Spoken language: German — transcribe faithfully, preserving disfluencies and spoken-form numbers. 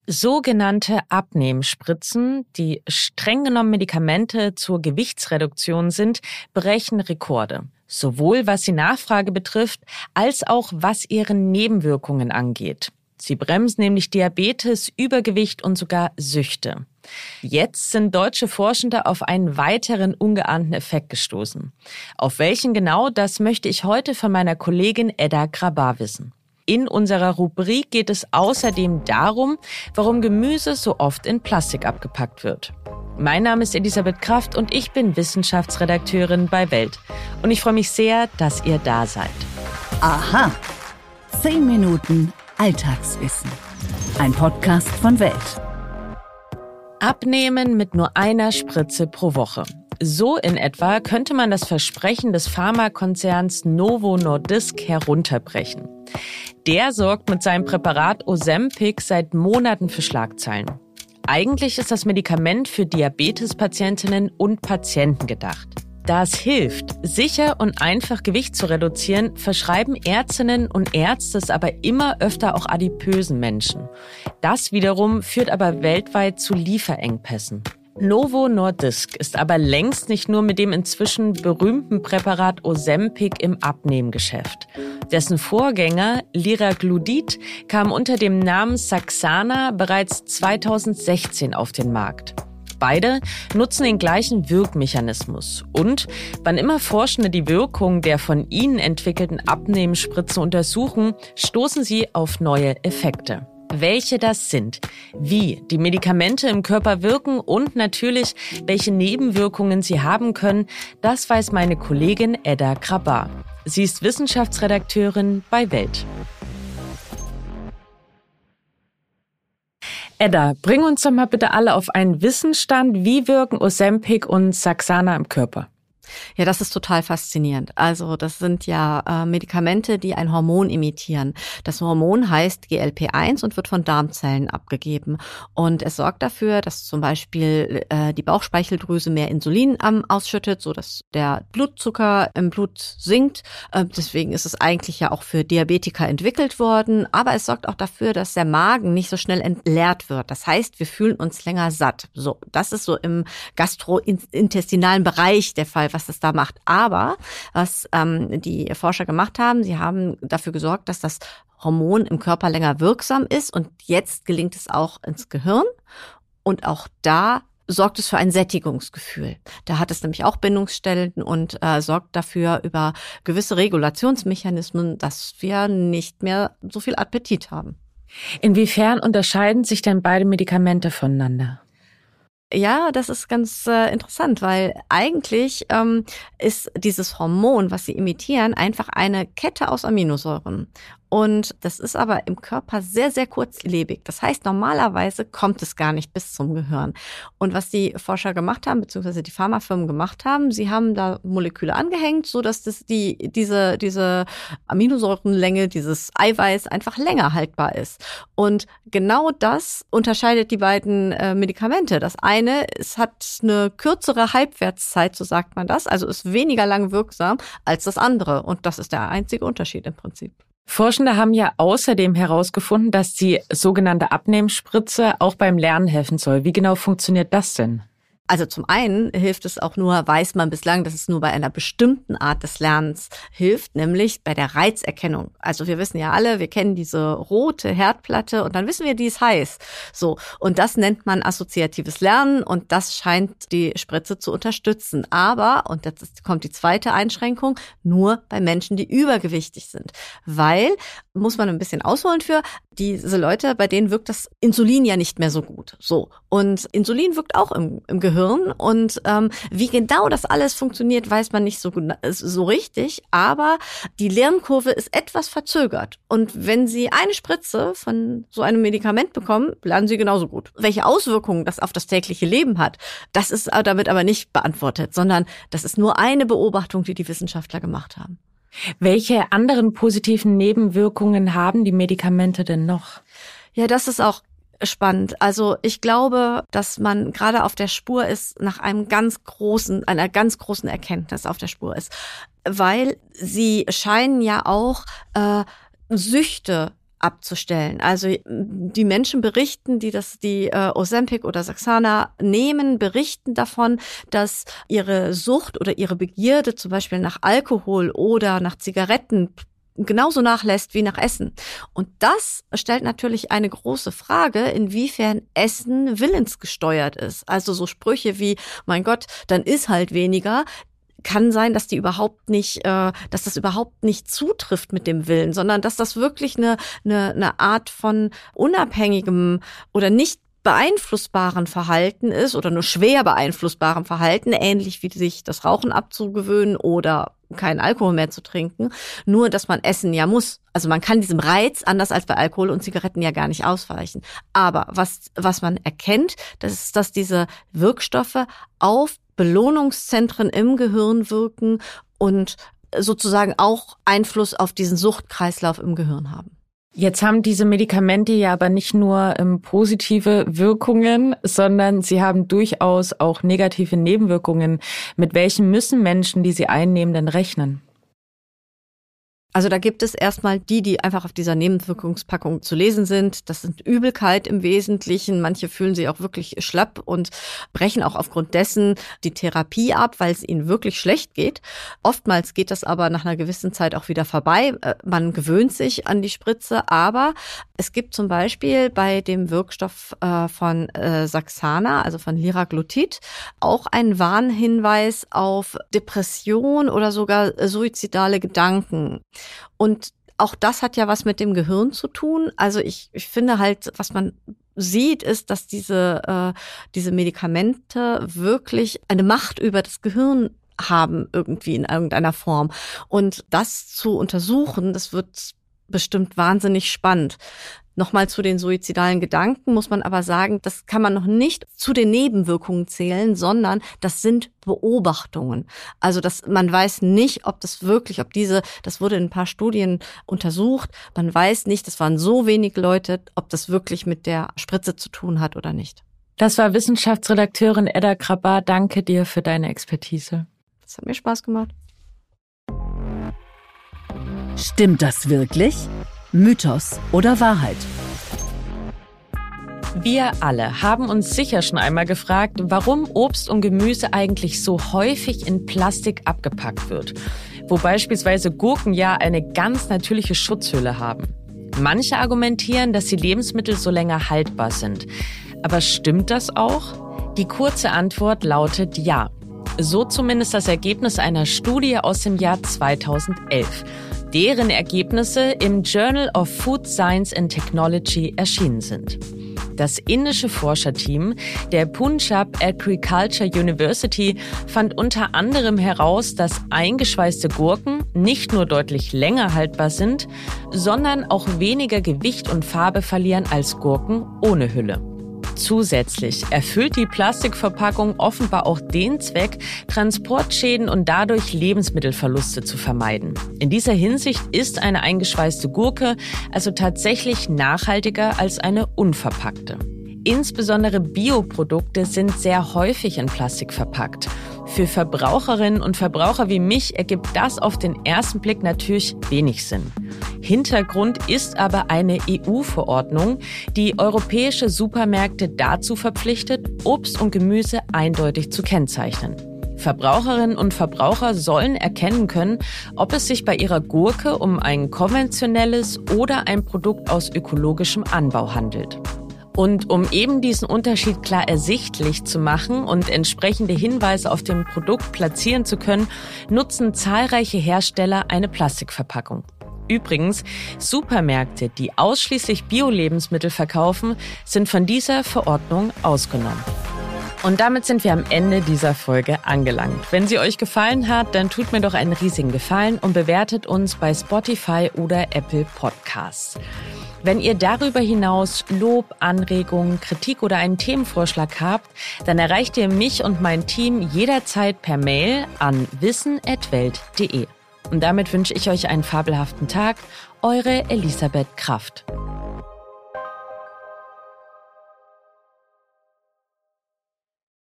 Sogenannte Abnehmspritzen, die streng genommen Medikamente zur Gewichtsreduktion sind, brechen Rekorde. Sowohl was die Nachfrage betrifft, als auch was ihre Nebenwirkungen angeht. Sie bremsen nämlich Diabetes, Übergewicht und sogar Süchte. Jetzt sind deutsche Forschende auf einen weiteren ungeahnten Effekt gestoßen. Auf welchen genau, das möchte ich heute von meiner Kollegin Edda Grabar wissen. In unserer Rubrik geht es außerdem darum, warum Gemüse so oft in Plastik abgepackt wird. Mein Name ist Elisabeth Kraft und ich bin Wissenschaftsredakteurin bei Welt. Und ich freue mich sehr, dass ihr da seid. Aha, zehn Minuten Alltagswissen. Ein Podcast von Welt. Abnehmen mit nur einer Spritze pro Woche. So in etwa könnte man das Versprechen des Pharmakonzerns Novo Nordisk herunterbrechen. Der sorgt mit seinem Präparat Ozempic seit Monaten für Schlagzeilen. Eigentlich ist das Medikament für Diabetespatientinnen und Patienten gedacht. Da es hilft, sicher und einfach Gewicht zu reduzieren, verschreiben Ärztinnen und Ärzte es aber immer öfter auch adipösen Menschen. Das wiederum führt aber weltweit zu Lieferengpässen. Novo Nordisk ist aber längst nicht nur mit dem inzwischen berühmten Präparat Ozempic im Abnehmgeschäft. Dessen Vorgänger Liraglutid kam unter dem Namen Saxana bereits zweitausendsechzehn auf den Markt. Beide nutzen den gleichen Wirkmechanismus. Und wann immer Forschende die Wirkung der von ihnen entwickelten Abnehmspritzen untersuchen, stoßen sie auf neue Effekte. Welche das sind, wie die Medikamente im Körper wirken und natürlich, welche Nebenwirkungen sie haben können, das weiß meine Kollegin Edda Grabar. Sie ist Wissenschaftsredakteurin bei Welt. Edda, bring uns doch mal bitte alle auf einen Wissensstand. Wie wirken Ozempic und Saxana im Körper? Ja, das ist total faszinierend. Also das sind ja äh, Medikamente, die ein Hormon imitieren. Das Hormon heißt G L P eins und wird von Darmzellen abgegeben. Und es sorgt dafür, dass zum Beispiel äh, die Bauchspeicheldrüse mehr Insulin ähm, ausschüttet, sodass der Blutzucker im Blut sinkt. Äh, deswegen ist es eigentlich ja auch für Diabetiker entwickelt worden. Aber es sorgt auch dafür, dass der Magen nicht so schnell entleert wird. Das heißt, wir fühlen uns länger satt. So, das ist so im gastrointestinalen Bereich der Fall, was das da macht. Aber was ähm, die Forscher gemacht haben, sie haben dafür gesorgt, dass das Hormon im Körper länger wirksam ist und jetzt gelingt es auch ins Gehirn und auch da sorgt es für ein Sättigungsgefühl. Da hat es nämlich auch Bindungsstellen und äh, sorgt dafür über gewisse Regulationsmechanismen, dass wir nicht mehr so viel Appetit haben. Inwiefern unterscheiden sich denn beide Medikamente voneinander? Ja, das ist ganz äh, interessant, weil eigentlich ähm, ist dieses Hormon, was sie imitieren, einfach eine Kette aus Aminosäuren. Und das ist aber im Körper sehr, sehr kurzlebig. Das heißt, normalerweise kommt es gar nicht bis zum Gehirn. Und was die Forscher gemacht haben, beziehungsweise die Pharmafirmen gemacht haben, sie haben da Moleküle angehängt, so dass das die, diese, diese Aminosäurenlänge, dieses Eiweiß einfach länger haltbar ist. Und genau das unterscheidet die beiden äh, Medikamente. Das eine, es hat eine kürzere Halbwertszeit, so sagt man das, also ist weniger lang wirksam als das andere. Und das ist der einzige Unterschied im Prinzip. Forschende haben ja außerdem herausgefunden, dass die sogenannte Abnehmspritze auch beim Lernen helfen soll. Wie genau funktioniert das denn? Also zum einen hilft es auch nur, weiß man bislang, dass es nur bei einer bestimmten Art des Lernens hilft, nämlich bei der Reizerkennung. Also wir wissen ja alle, wir kennen diese rote Herdplatte und dann wissen wir, die ist heiß. So, und das nennt man assoziatives Lernen und das scheint die Spritze zu unterstützen. Aber, und jetzt kommt die zweite Einschränkung, nur bei Menschen, die übergewichtig sind. Weil, muss man ein bisschen ausholen für, diese Leute, bei denen wirkt das Insulin ja nicht mehr so gut. So, und Insulin wirkt auch im, im Gehirn. Und ähm, wie genau das alles funktioniert, weiß man nicht so, so richtig. Aber die Lernkurve ist etwas verzögert. Und wenn Sie eine Spritze von so einem Medikament bekommen, lernen Sie genauso gut. Welche Auswirkungen das auf das tägliche Leben hat, das ist damit aber nicht beantwortet, sondern das ist nur eine Beobachtung, die die Wissenschaftler gemacht haben. Welche anderen positiven Nebenwirkungen haben die Medikamente denn noch? Ja, das ist auch spannend. Also ich glaube, dass man gerade auf der Spur ist, nach einem ganz großen, einer ganz großen Erkenntnis auf der Spur ist. Weil sie scheinen ja auch äh, Süchte abzustellen. Also die Menschen berichten, die das, die äh, Ozempic oder Saxana nehmen, berichten davon, dass ihre Sucht oder ihre Begierde zum Beispiel nach Alkohol oder nach Zigaretten genauso nachlässt wie nach Essen. Und das stellt natürlich eine große Frage, inwiefern Essen willensgesteuert ist. Also so Sprüche wie, mein Gott, dann iss halt weniger. Kann sein, dass die überhaupt nicht, äh, dass das überhaupt nicht zutrifft mit dem Willen, sondern dass das wirklich eine, eine, eine Art von unabhängigem oder nicht beeinflussbaren Verhalten ist oder nur schwer beeinflussbarem Verhalten, ähnlich wie sich das Rauchen abzugewöhnen oder keinen Alkohol mehr zu trinken, nur dass man essen ja muss. Also man kann diesem Reiz, anders als bei Alkohol und Zigaretten, ja gar nicht ausweichen. Aber was, was man erkennt, das ist, dass diese Wirkstoffe auf Belohnungszentren im Gehirn wirken und sozusagen auch Einfluss auf diesen Suchtkreislauf im Gehirn haben. Jetzt haben diese Medikamente ja aber nicht nur ähm, positive Wirkungen, sondern sie haben durchaus auch negative Nebenwirkungen. Mit welchen müssen Menschen, die sie einnehmen, denn rechnen? Also da gibt es erstmal die, die einfach auf dieser Nebenwirkungspackung zu lesen sind. Das sind Übelkeit im Wesentlichen. Manche fühlen sich auch wirklich schlapp und brechen auch aufgrund dessen die Therapie ab, weil es ihnen wirklich schlecht geht. Oftmals geht das aber nach einer gewissen Zeit auch wieder vorbei. Man gewöhnt sich an die Spritze, aber es gibt zum Beispiel bei dem Wirkstoff von Saxana, also von Liraglutid, auch einen Warnhinweis auf Depression oder sogar suizidale Gedanken. Und auch das hat ja was mit dem Gehirn zu tun. Also ich, ich finde halt, was man sieht, ist, dass diese, äh, diese Medikamente wirklich eine Macht über das Gehirn haben, irgendwie in irgendeiner Form. Und das zu untersuchen, das wird bestimmt wahnsinnig spannend. Nochmal zu den suizidalen Gedanken muss man aber sagen, das kann man noch nicht zu den Nebenwirkungen zählen, sondern das sind Beobachtungen. Also das, man weiß nicht, ob das wirklich, ob diese, das wurde in ein paar Studien untersucht, man weiß nicht, das waren so wenig Leute, ob das wirklich mit der Spritze zu tun hat oder nicht. Das war Wissenschaftsredakteurin Edda Grabar. Danke dir für deine Expertise. Das hat mir Spaß gemacht. Stimmt das wirklich? Mythos oder Wahrheit? Wir alle haben uns sicher schon einmal gefragt, warum Obst und Gemüse eigentlich so häufig in Plastik abgepackt wird, wo beispielsweise Gurken ja eine ganz natürliche Schutzhülle haben. Manche argumentieren, dass die Lebensmittel so länger haltbar sind. Aber stimmt das auch? Die kurze Antwort lautet ja. So zumindest das Ergebnis einer Studie aus dem Jahr zweitausendelf. Deren Ergebnisse im Journal of Food Science and Technology erschienen sind. Das indische Forscherteam der Punjab Agriculture University fand unter anderem heraus, dass eingeschweißte Gurken nicht nur deutlich länger haltbar sind, sondern auch weniger Gewicht und Farbe verlieren als Gurken ohne Hülle. Zusätzlich erfüllt die Plastikverpackung offenbar auch den Zweck, Transportschäden und dadurch Lebensmittelverluste zu vermeiden. In dieser Hinsicht ist eine eingeschweißte Gurke also tatsächlich nachhaltiger als eine unverpackte. Insbesondere Bioprodukte sind sehr häufig in Plastik verpackt. Für Verbraucherinnen und Verbraucher wie mich ergibt das auf den ersten Blick natürlich wenig Sinn. Hintergrund ist aber eine E U-Verordnung, die europäische Supermärkte dazu verpflichtet, Obst und Gemüse eindeutig zu kennzeichnen. Verbraucherinnen und Verbraucher sollen erkennen können, ob es sich bei ihrer Gurke um ein konventionelles oder ein Produkt aus ökologischem Anbau handelt. Und um eben diesen Unterschied klar ersichtlich zu machen und entsprechende Hinweise auf dem Produkt platzieren zu können, nutzen zahlreiche Hersteller eine Plastikverpackung. Übrigens, Supermärkte, die ausschließlich Bio-Lebensmittel verkaufen, sind von dieser Verordnung ausgenommen. Und damit sind wir am Ende dieser Folge angelangt. Wenn sie euch gefallen hat, dann tut mir doch einen riesigen Gefallen und bewertet uns bei Spotify oder Apple Podcasts. Wenn ihr darüber hinaus Lob, Anregungen, Kritik oder einen Themenvorschlag habt, dann erreicht ihr mich und mein Team jederzeit per Mail an wissen at welt punkt de. Und damit wünsche ich euch einen fabelhaften Tag. Eure Elisabeth Kraft.